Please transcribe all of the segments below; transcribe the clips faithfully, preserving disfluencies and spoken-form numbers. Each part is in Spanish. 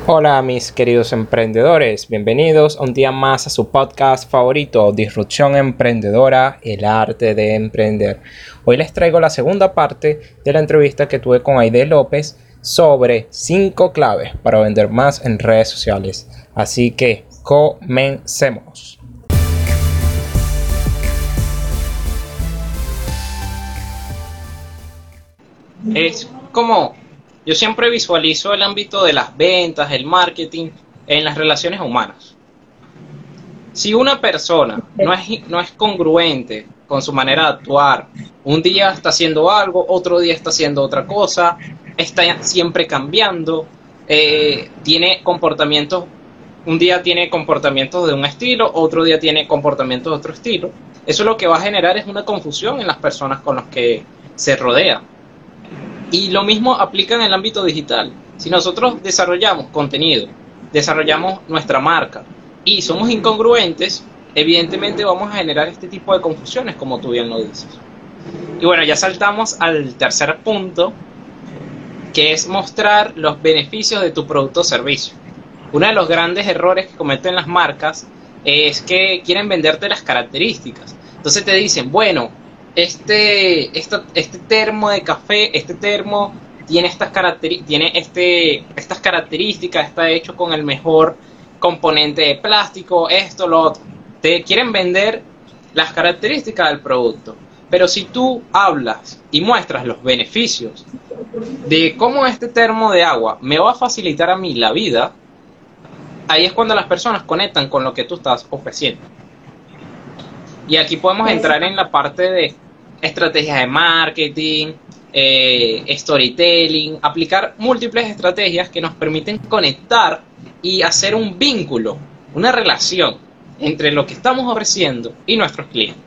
Hola mis queridos emprendedores, bienvenidos un día más a su podcast favorito, Disrupción Emprendedora, el arte de emprender. Hoy les traigo la segunda parte de la entrevista que tuve con Aide López sobre cinco claves para vender más en redes sociales. Así que comencemos. Es como... Yo siempre visualizo el ámbito de las ventas, el marketing, en las relaciones humanas. Si una persona no es, no es congruente con su manera de actuar, un día está haciendo algo, otro día está haciendo otra cosa, está siempre cambiando, eh, tiene comportamientos, un día tiene comportamientos de un estilo, otro día tiene comportamientos de otro estilo, eso lo que va a generar es una confusión en las personas con las que se rodea. Y lo mismo aplica en el ámbito digital. Si nosotros desarrollamos contenido, desarrollamos nuestra marca y somos incongruentes, evidentemente vamos a generar este tipo de confusiones, como tú bien lo dices. Y bueno, ya saltamos al tercer punto, que es mostrar los beneficios de tu producto o servicio. Uno de los grandes errores que cometen las marcas es que quieren venderte las características. Entonces te dicen, bueno, Este, este, este termo de café, este termo tiene estas, caracteri- tiene este, estas características, está hecho con el mejor componente de plástico, esto, lo otro. Te quieren vender las características del producto. Pero si tú hablas y muestras los beneficios de cómo este termo de agua me va a facilitar a mí la vida, ahí es cuando las personas conectan con lo que tú estás ofreciendo. Y aquí podemos entrar en la parte de estrategias de marketing, eh, storytelling, aplicar múltiples estrategias que nos permiten conectar y hacer un vínculo, una relación entre lo que estamos ofreciendo y nuestros clientes.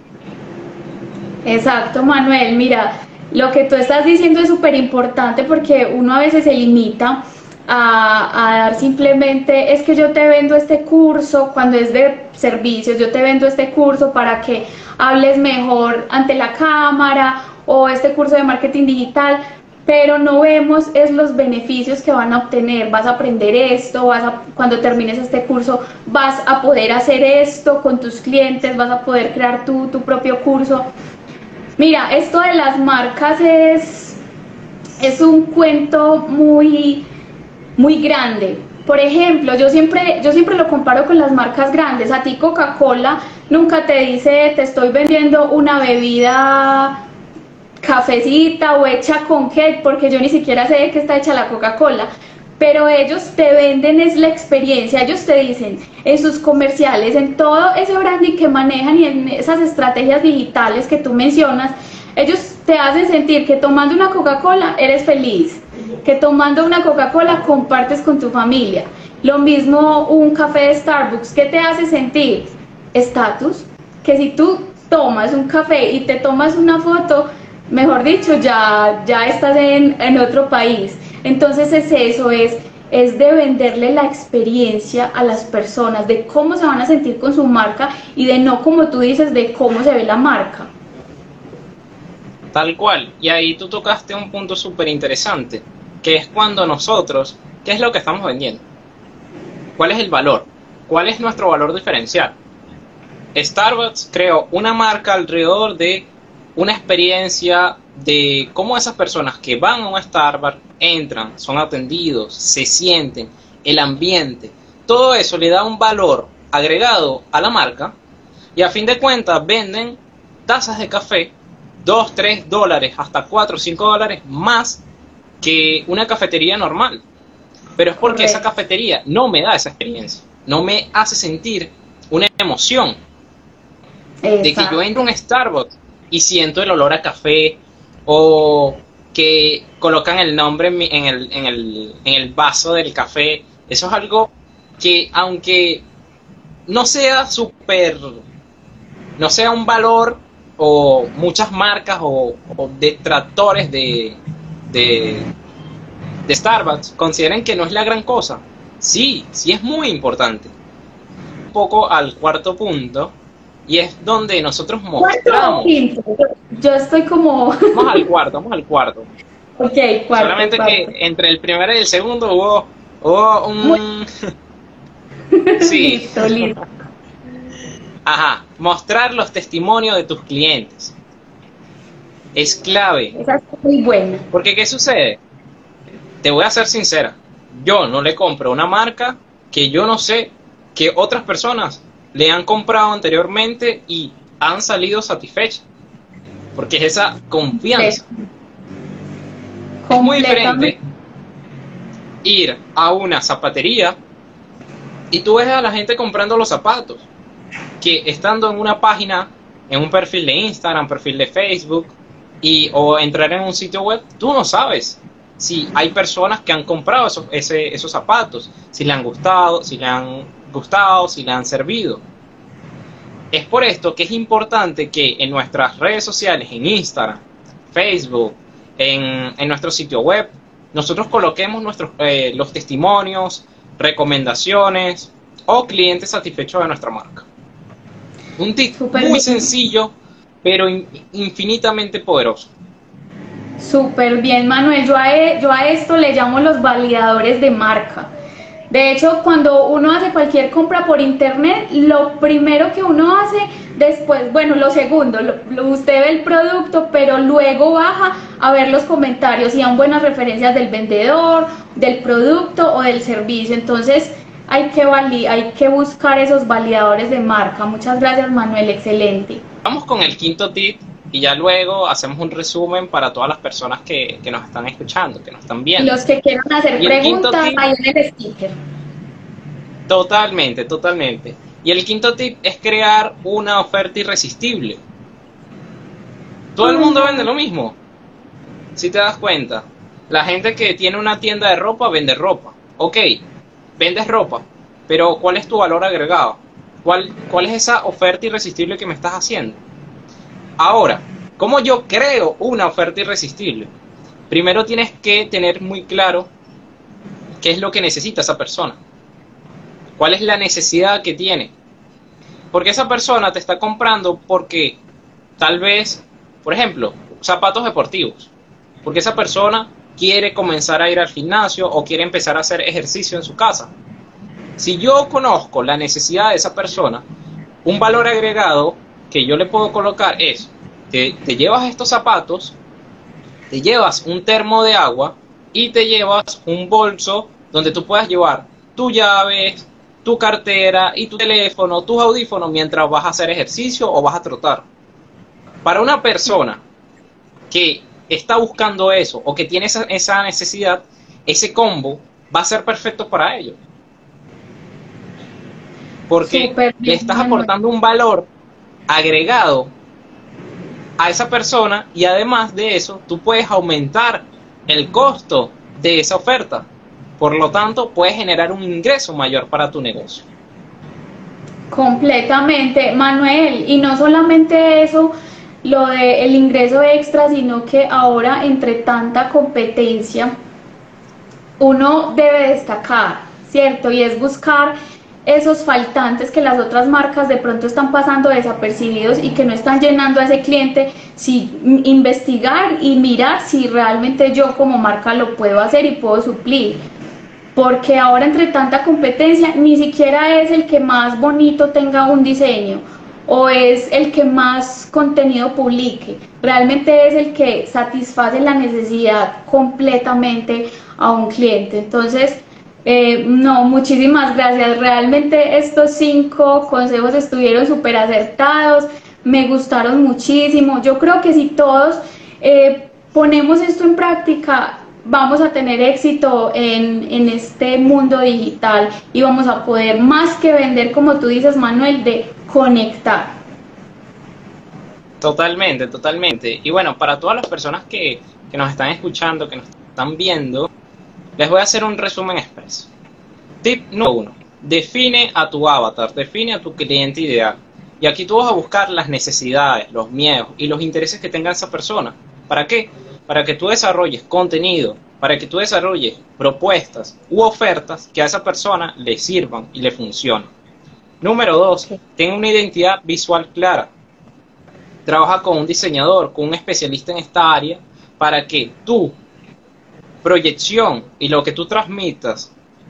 Exacto, Manuel. Mira, lo que tú estás diciendo es súper importante porque uno a veces se limita A, a dar simplemente, es que yo te vendo este curso, cuando es de servicios, yo te vendo este curso para que hables mejor ante la cámara, o este curso de marketing digital, pero no vemos es los beneficios que van a obtener. Vas a aprender esto, vas a, cuando termines este curso vas a poder hacer esto con tus clientes, vas a poder crear tu, tu propio curso. Mira, esto de las marcas es, es un cuento muy... muy grande. Por ejemplo, yo siempre, yo siempre lo comparo con las marcas grandes. A ti Coca-Cola nunca te dice, te estoy vendiendo una bebida cafecita o hecha con qué, porque yo ni siquiera sé de qué está hecha la Coca-Cola. Pero ellos te venden es la experiencia. Ellos te dicen en sus comerciales, en todo ese branding que manejan y en esas estrategias digitales que tú mencionas, ellos te hacen sentir que tomando una Coca-Cola eres feliz, que tomando una Coca-Cola compartes con tu familia. Lo mismo un café de Starbucks, ¿qué te hace sentir? Estatus, que si tú tomas un café y te tomas una foto, mejor dicho, ya, ya estás en, en otro país. Entonces es eso, es, es de venderle la experiencia a las personas, de cómo se van a sentir con su marca y de no, como tú dices, de cómo se ve la marca. Tal cual, y ahí tú tocaste un punto súper interesante, que es cuando nosotros, ¿qué es lo que estamos vendiendo? ¿Cuál es el valor? ¿Cuál es nuestro valor diferencial? Starbucks creó una marca alrededor de una experiencia de cómo esas personas que van a un Starbucks entran, son atendidos, se sienten, el ambiente, todo eso le da un valor agregado a la marca y a fin de cuentas venden tazas de café dos, tres dólares, hasta cuatro, cinco dólares más que una cafetería normal. Pero es porque esa cafetería no me da esa experiencia, no me hace sentir una emoción. Exacto. De que yo entro a un Starbucks y siento el olor a café, o que colocan el nombre en, mi, en, el, en, el, en el vaso del café. Eso es algo que, aunque no sea súper, no sea un valor, o muchas marcas o, o detractores de, de, de Starbucks consideren que no es la gran cosa. Sí, sí es muy importante. Un poco al cuarto punto, y es donde nosotros mostramos. Yo, yo estoy como... Vamos al cuarto, vamos al cuarto. Ok, cuarto. Solamente cuarto. Que entre el primero y el segundo hubo O un... Sí. Listo, listo. Ajá, mostrar los testimonios de tus clientes. Es clave. Esa es muy buena. Porque ¿qué sucede? Te voy a ser sincera. Yo no le compro una marca que yo no sé que otras personas le han comprado anteriormente y han salido satisfechas. Porque es esa confianza. Es muy diferente ir a una zapatería y tú ves a la gente comprando los zapatos que estando en una página, en un perfil de Instagram, perfil de Facebook y o entrar en un sitio web, tú no sabes si hay personas que han comprado esos, ese, esos zapatos, si le han gustado, si le han gustado, si le han servido. Es por esto que es importante que en nuestras redes sociales, en Instagram, Facebook, en, en nuestro sitio web, nosotros coloquemos nuestros, eh, los testimonios, recomendaciones o clientes satisfechos de nuestra marca. Un tip Súper muy bien. sencillo, pero in, infinitamente poderoso. Súper bien, Manuel. Yo a, e- yo a esto le llamo los validadores de marca. De hecho, cuando uno hace cualquier compra por internet, lo primero que uno hace después, bueno, lo segundo, lo, lo- usted ve el producto, pero luego baja a ver los comentarios y dan buenas referencias del vendedor, del producto o del servicio. Entonces, hay que, vali- hay que buscar esos validadores de marca. Muchas gracias, Manuel. Excelente. Vamos con el quinto tip y ya luego hacemos un resumen para todas las personas que, que nos están escuchando, que nos están Y viendo. los que quieran hacer Y el quinto preguntas, tip, ahí en el sticker. totalmente, totalmente. Y el quinto tip es crear una oferta irresistible. Todo el mundo vende lo mismo, si te das cuenta. La gente que tiene una tienda de ropa vende ropa. Ok, vendes ropa, pero ¿cuál es tu valor agregado? ¿Cuál, cuál es esa oferta irresistible que me estás haciendo? Ahora, ¿cómo yo creo una oferta irresistible? Primero tienes que tener muy claro qué es lo que necesita esa persona. ¿Cuál es la necesidad que tiene? Porque esa persona te está comprando porque tal vez, por ejemplo, zapatos deportivos. Porque esa persona quiere comenzar a ir al gimnasio o quiere empezar a hacer ejercicio en su casa. Si yo conozco la necesidad de esa persona, un valor agregado que yo le puedo colocar es, te, te llevas estos zapatos, te llevas un termo de agua y te llevas un bolso donde tú puedas llevar tus llaves, tu cartera y tu teléfono, tus audífonos mientras vas a hacer ejercicio o vas a trotar. Para una persona que está buscando eso o que tiene esa, esa necesidad, ese combo va a ser perfecto para ellos. Porque Súper le bien, estás Manuel. aportando un valor agregado a esa persona y además de eso tú puedes aumentar el costo de esa oferta. Por lo tanto, puedes generar un ingreso mayor para tu negocio. Completamente, Manuel, y no solamente eso, lo de el ingreso extra, sino que ahora entre tanta competencia, uno debe destacar, ¿cierto? Y es buscar esos faltantes que las otras marcas de pronto están pasando desapercibidos y que no están llenando a ese cliente, si investigar y mirar si realmente yo como marca lo puedo hacer y puedo suplir. Porque ahora entre tanta competencia ni siquiera es el que más bonito tenga un diseño o es el que más contenido publique, realmente es el que satisface la necesidad completamente a un cliente. Entonces, eh, no, muchísimas gracias, realmente estos cinco consejos estuvieron súper acertados, me gustaron muchísimo. Yo creo que si todos eh, ponemos esto en práctica, vamos a tener éxito en, en este mundo digital y vamos a poder más que vender, como tú dices, Manuel, de conectar. Totalmente, totalmente. Y bueno, para todas las personas que, que nos están escuchando, que nos están viendo, les voy a hacer un resumen expreso. Tip número uno. Define a tu avatar, define a tu cliente ideal. Y aquí tú vas a buscar las necesidades, los miedos y los intereses que tenga esa persona. ¿Para qué? Para que tú desarrolles contenido, para que tú desarrolles propuestas u ofertas que a esa persona le sirvan y le funcionen. Número dos, ten una identidad visual clara. Trabaja con un diseñador, con un especialista en esta área, para que tu proyección y lo que tú transmitas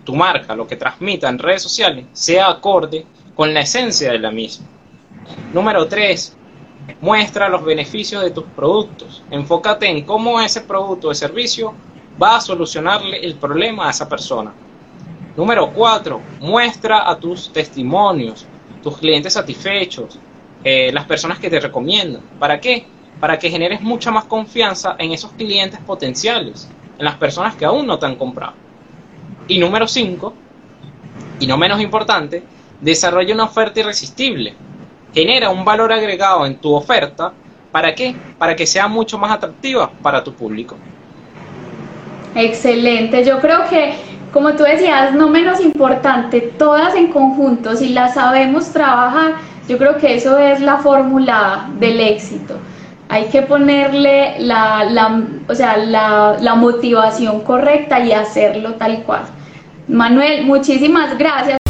tu marca, lo que transmita en redes sociales, sea acorde con la esencia de la misma. Número tres, muestra los beneficios de tus productos. Enfócate en cómo ese producto o servicio va a solucionarle el problema a esa persona. Número cuatro, muestra a tus testimonios, tus clientes satisfechos, eh, las personas que te recomiendan. ¿Para qué? Para que generes mucha más confianza en esos clientes potenciales, en las personas que aún no te han comprado. Y número cinco, y no menos importante, desarrolla una oferta irresistible. Genera un valor agregado en tu oferta. ¿Para qué? Para que sea mucho más atractiva para tu público. Excelente, yo creo que, como tú decías, no menos importante, todas en conjunto, si las sabemos trabajar, yo creo que eso es la fórmula del éxito. Hay que ponerle la, la, o sea, la, la motivación correcta y hacerlo tal cual. Manuel, muchísimas gracias.